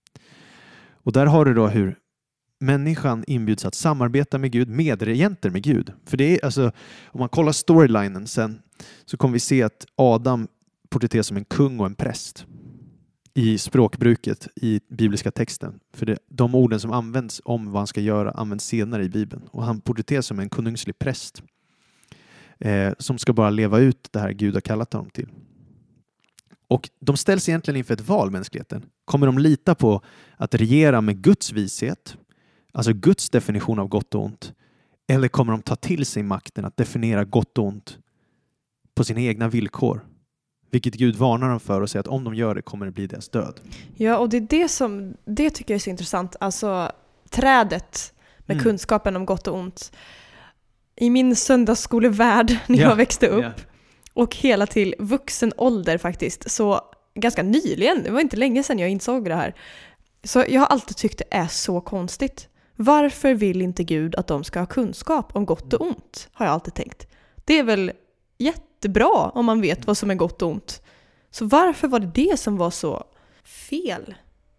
Och där har du då hur människan inbjuds att samarbeta med Gud, medregenter med Gud. För det är alltså, om man kollar storylinen sen så kommer vi se att Adam porträtteras som en kung och en präst i språkbruket i bibliska texten. För det, de orden som används om vad han ska göra används senare i Bibeln. Och han porträtteras som en konungslig präst eh, som ska bara leva ut det här Gud har kallat honom till. Och de ställs egentligen inför ett val, mänskligheten. Kommer de lita på att regera med Guds vishet, alltså Guds definition av gott och ont, eller kommer de ta till sig makten att definiera gott och ont på sina egna villkor? Vilket Gud varnar dem för och säger att om de gör det kommer det bli deras död. Ja, och det är det som det tycker jag är så intressant. Alltså trädet med mm. kunskapen om gott och ont. I min söndagsskolevärld när ja. jag växte upp ja. och hela till vuxen ålder faktiskt, så ganska nyligen, det var inte länge sedan jag insåg det här. Så jag har alltid tyckt det är så konstigt. Varför vill inte Gud att de ska ha kunskap om gott och ont? Har jag alltid tänkt. Det är väl jättebra om man vet vad som är gott och ont. Så varför var det det som var så fel?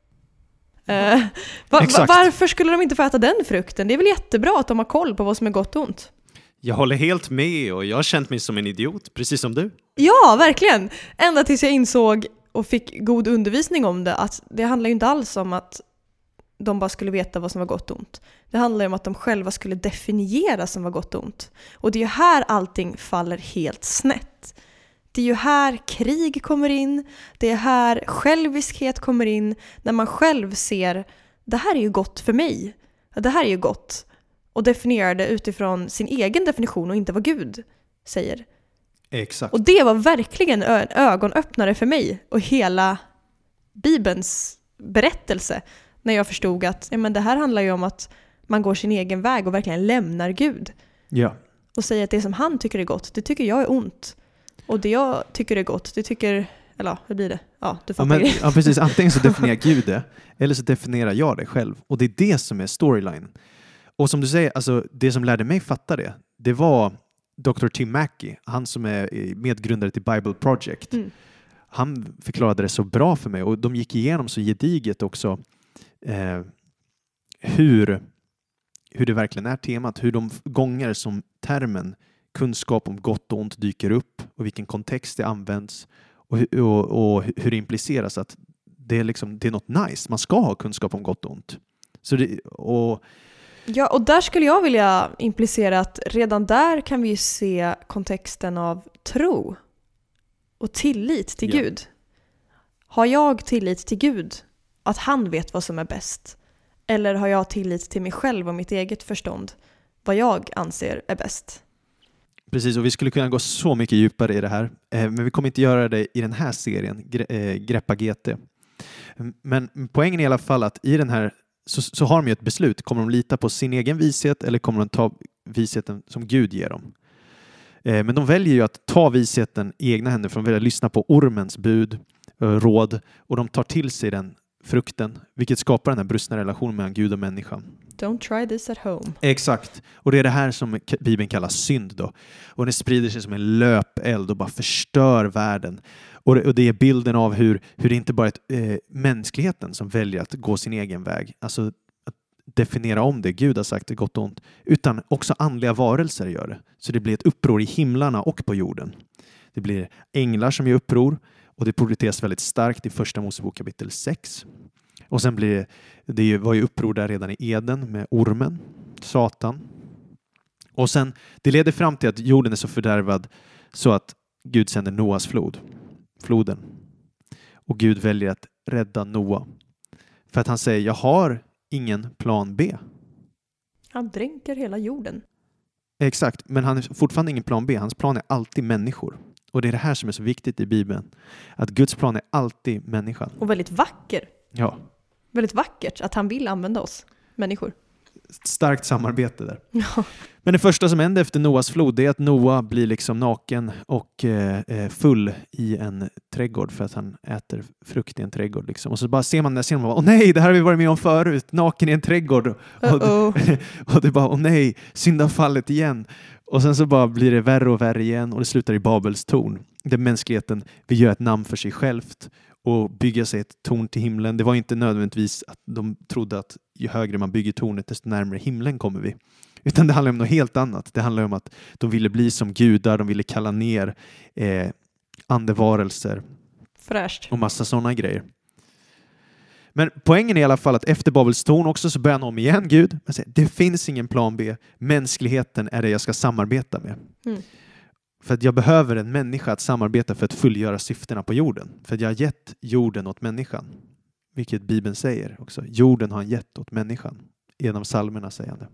Uh, va, va, varför skulle de inte få äta den frukten? Det är väl jättebra att de har koll på vad som är gott och ont. Jag håller helt med och jag har känt mig som en idiot, precis som du. Ja, verkligen. Ända tills jag insåg och fick god undervisning om det att det handlar ju inte alls om att de bara skulle veta vad som var gott och ont. Det handlar om att de själva skulle definiera som var gott och ont. Och det är ju här allting faller helt snett. Det är ju här krig kommer in. Det är här själviskhet kommer in. När man själv ser, det här är ju gott för mig. Det här är ju gott. Och definierar det utifrån sin egen definition och inte vad Gud säger. Exakt. Och det var verkligen en ögonöppnare för mig och hela Bibelns berättelse. När jag förstod att ja, men det här handlar ju om att man går sin egen väg och verkligen lämnar Gud. Ja. Och säger att det som han tycker är gott, det tycker jag är ont. Och det jag tycker är gott, det tycker... Eller hur blir det? Ja, du fattar ja, men, ja, precis. Antingen så definierar Gud det, eller så definierar jag det själv. Och det är det som är storyline. Och som du säger, alltså, det som lärde mig fatta det, det var doktor Tim Mackey, han som är medgrundare till Bible Project. Mm. han förklarade det så bra för mig och de gick igenom så gediget också eh, hur, hur det verkligen är temat, hur de gånger som termen kunskap om gott och ont dyker upp och vilken kontext det används och, och, och hur det impliceras att det är, liksom, det är något nice. Man ska ha kunskap om gott och ont. Så det, och Ja, och där skulle jag vilja implicera att redan där kan vi ju se kontexten av tro och tillit till Ja. Gud. Har jag tillit till Gud? Att han vet vad som är bäst? Eller har jag tillit till mig själv och mitt eget förstånd? Vad jag anser är bäst? Precis, och vi skulle kunna gå så mycket djupare i det här. Eh, men vi kommer inte göra det i den här serien, Gre- eh, Greppa G T. Men poängen är i alla fall att i den här så, så har de ju ett beslut. Kommer de lita på sin egen vishet eller kommer de ta visheten som Gud ger dem? Eh, men de väljer ju att ta visheten i egna händer, för de väljer att lyssna på ormens bud, eh, råd, och de tar till sig den frukten, vilket skapar den här brustna relationen mellan Gud och människan. Don't try this at home. Exakt. Och det är det här som Bibeln kallar synd då. Och det sprider sig som en löpeld och bara förstör världen. Och det, och det är bilden av hur, hur det inte bara är ett, eh, mänskligheten som väljer att gå sin egen väg. Alltså att definiera om det Gud har sagt är gott och ont. Utan också andliga varelser gör det. Så det blir ett uppror i himlarna och på jorden. Det blir änglar som gör uppror. Och det porträtteras väldigt starkt i första Mosebok kapitel sex. Och sen blir det, det var ju uppror där redan i Eden med ormen, Satan. Och sen, det leder fram till att jorden är så fördärvad så att Gud sänder Noas flod, floden. Och Gud väljer att rädda Noa. För att han säger, jag har ingen plan B. Han dränker hela jorden. Exakt, men han har fortfarande ingen plan B. Hans plan är alltid människor. Och det är det här som är så viktigt i Bibeln. Att Guds plan är alltid människan. Och väldigt vacker. Ja. Väldigt vackert att han vill använda oss, människor. Starkt samarbete där. Ja. Men det första som händer efter Noas flod, det är att Noa blir liksom naken och eh, full i en trädgård för att han äter frukt i en trädgård. Liksom. Och så bara ser man den scenen och bara, åh nej, det här har vi varit med om förut. Naken i en trädgård. Och det, och det bara, åh nej, syndafallet igen. Och sen så bara blir det värre och värre igen och det slutar i Babels torn. Där mänskligheten vill göra ett namn för sig självt och bygga sig ett torn till himlen. Det var inte nödvändigtvis att de trodde att ju högre man bygger tornet desto närmare himlen kommer vi. Utan det handlar om något helt annat. Det handlar om att de ville bli som gudar, de ville kalla ner eh, andevarelser. Fräscht. Och massa sådana grejer. Men poängen är i alla fall att efter Babels torn också så börjar han om igen Gud. Men säger, det finns ingen plan B. Mänskligheten är det jag ska samarbeta med. Mm. För att jag behöver en människa att samarbeta för att fullgöra syftena på jorden. För att jag har gett jorden åt människan. Vilket Bibeln säger också. Jorden har han gett åt människan. Genom psalmerna säger han det.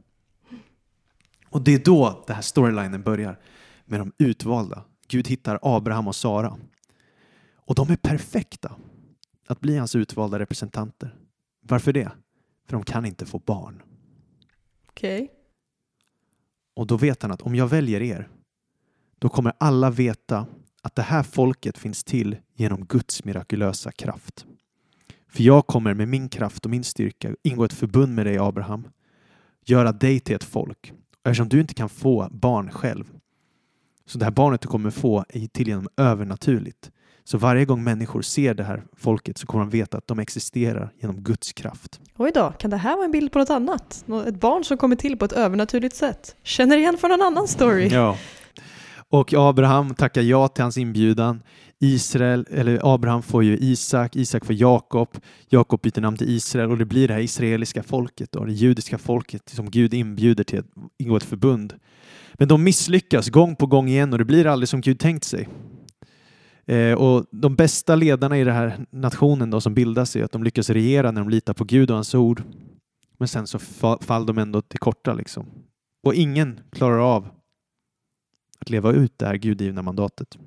Och det är då det här storylinen börjar. Med de utvalda. Gud hittar Abraham och Sara. Och de är perfekta. Att bli hans utvalda representanter. Varför det? För de kan inte få barn. Okej. Okay. Och då vet han att om jag väljer er, då kommer alla veta att det här folket finns till genom Guds mirakulösa kraft. För jag kommer med min kraft och min styrka ingå ett förbund med dig, Abraham. Göra dig till ett folk. Och eftersom du inte kan få barn själv, så det här barnet du kommer få är till genom övernaturligt. Så varje gång människor ser det här folket så kommer de veta att de existerar genom Guds kraft. Oj då, kan det här vara en bild på något annat? Ett barn som kommer till på ett övernaturligt sätt. Känner igen från en annan story. Ja. Och Abraham tackar ja till hans inbjudan. Israel, eller Abraham får ju Isak, Isak får Jakob. Jakob byter namn till Israel och det blir det här israeliska folket då, det judiska folket som Gud inbjuder till att ingå ett förbund. Men de misslyckas gång på gång igen och det blir aldrig som Gud tänkt sig. Eh, och de bästa ledarna i den här nationen då, som bildas är att de lyckas regera när de litar på Gud och hans ord. Men sen så fa- faller de ändå till korta liksom. Och ingen klarar av att leva ut det här gudgivna mandatet.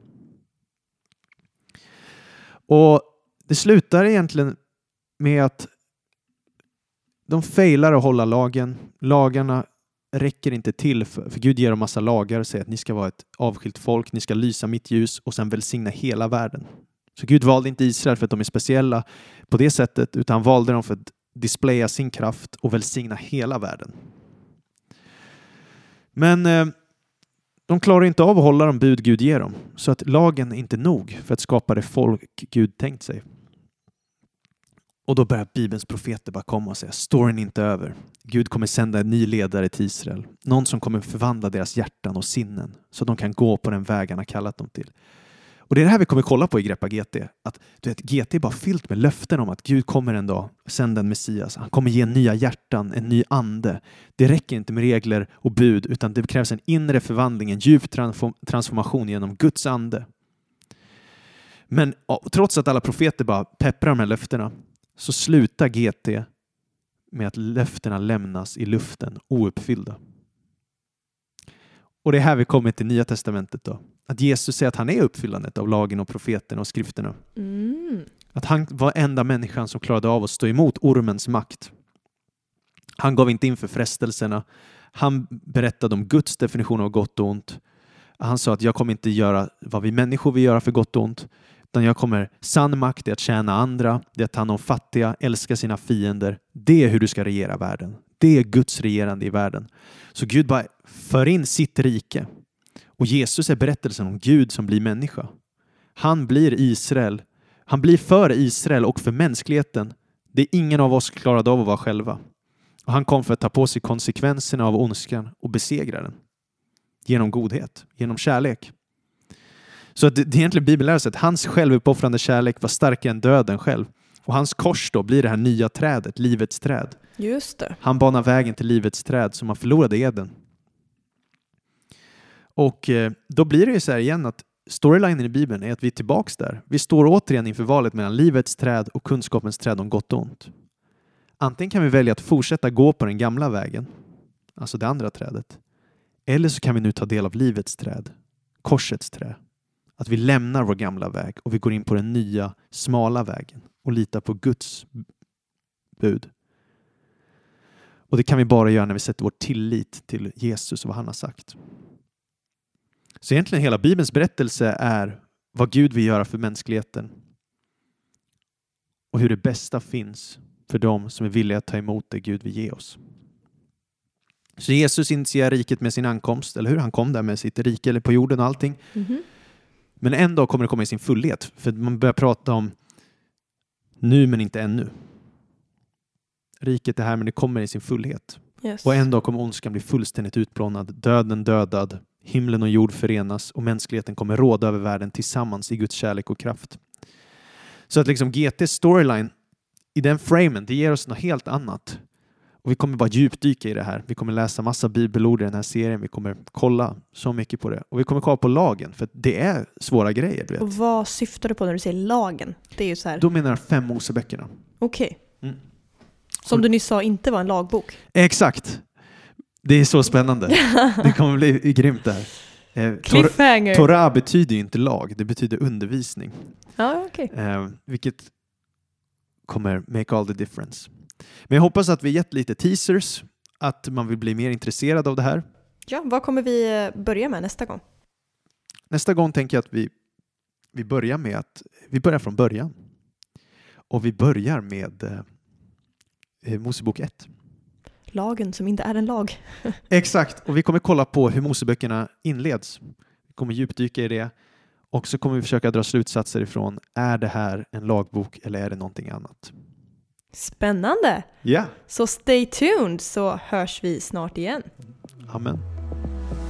Och det slutar egentligen med att de failar att hålla lagen. Lagarna räcker inte till för, för Gud ger dem massa lagar och säger att ni ska vara ett avskilt folk, ni ska lysa mitt ljus och sen välsigna hela världen. Så Gud valde inte Israel för att de är speciella på det sättet, utan han valde dem för att displaya sin kraft och välsigna hela världen. Men eh, de klarar inte av att hålla de bud Gud ger dem. Så att lagen är inte nog för att skapa det folk Gud tänkt sig. Och då börjar Bibelns profeter bara komma och säga, storyn är inte över. Gud kommer sända en ny ledare till Israel. Någon som kommer förvandla deras hjärtan och sinnen så att de kan gå på den väg han har kallat dem till. Och det är det här vi kommer kolla på i Greppa G T. Att du vet, G T är bara fyllt med löften om att Gud kommer en dag sända en Messias. Han kommer ge nya hjärtan, en ny ande. Det räcker inte med regler och bud utan det krävs en inre förvandling, en djup transformation genom Guds ande. Men trots att alla profeter bara pepprar de här löftena så slutar G T med att löftena lämnas i luften ouppfyllda. Och det är här vi kommer till Nya testamentet då. Att Jesus säger att han är uppfyllandet av lagen och profeterna och skrifterna. Mm. Att han var enda människan som klarade av att stå emot ormens makt. Han gav inte in för frestelserna. Han berättade om Guds definition av gott och ont. Han sa att jag kommer inte göra vad vi människor vill göra för gott och ont. Utan jag kommer, sann makt är att tjäna andra. Det är att ta hand om fattiga, älska sina fiender. Det är hur du ska regera världen. Det är Guds regerande i världen. Så Gud bara för in sitt rike. Och Jesus är berättelsen om Gud som blir människa. Han blir Israel. Han blir för Israel och för mänskligheten. Det är ingen av oss klarade av att vara själva. Och han kom för att ta på sig konsekvenserna av ondskan och besegra den. Genom godhet, genom kärlek. Så att det, det är egentligen Bibeln lär sig att hans självuppoffrande kärlek var starkare än döden själv. Och hans kors då blir det här nya trädet, livets träd. Just det. Han banar vägen till livets träd som han förlorade i Eden. Och eh, då blir det ju så här igen att storylinen i Bibeln är att vi är tillbaks där. Vi står återigen inför valet mellan livets träd och kunskapens träd om gott och ont. Antingen kan vi välja att fortsätta gå på den gamla vägen, alltså det andra trädet. Eller så kan vi nu ta del av livets träd, korsets träd. Att vi lämnar vår gamla väg och vi går in på den nya, smala vägen och litar på Guds bud. Och det kan vi bara göra när vi sätter vår tillit till Jesus och vad han har sagt. Så egentligen hela Bibelns berättelse är vad Gud vill göra för mänskligheten. Och hur det bästa finns för dem som är villiga att ta emot det Gud vill ge oss. Så Jesus initierar riket med sin ankomst, eller hur? Han kom där med sitt rike eller på jorden och allting. Mm-hmm. Men en dag kommer det komma i sin fullhet. För man börjar prata om nu men inte ännu. Riket är här men det kommer i sin fullhet. Yes. Och en dag kommer ondskan bli fullständigt utplånad. Döden dödad. Himlen och jord förenas. Och mänskligheten kommer råda över världen tillsammans i Guds kärlek och kraft. Så att liksom G T:s storyline i den framen, det ger oss något helt annat. Och vi kommer bara djupdyka i det här. Vi kommer läsa massa bibelord i den här serien. Vi kommer kolla så mycket på det. Och vi kommer kolla på lagen. För det är svåra grejer, du vet. Och vad syftar du på när du säger lagen? Det är ju så här. Då menar jag fem Moseböckerna. Okej. Okay. Mm. Som du nyss sa inte var en lagbok. Exakt. Det är så spännande. Det kommer bli grymt det här. Eh, Cliffhanger. Tor- Torah betyder ju inte lag. Det betyder undervisning. Ja, okej. Okay. Eh, vilket kommer make all the difference. Men jag hoppas att vi gett lite teasers. Att man vill bli mer intresserad av det här. Ja, vad kommer vi börja med nästa gång? Nästa gång tänker jag att vi, vi börjar med att vi börjar från början. Och vi börjar med eh, Mosebok ett. Lagen som inte är en lag. Exakt, och vi kommer kolla på hur Moseböckerna inleds. Vi kommer djupdyka i det. Och så kommer vi försöka dra slutsatser ifrån, är det här en lagbok eller är det någonting annat? Spännande! Ja. Så stay tuned så hörs vi snart igen. Amen.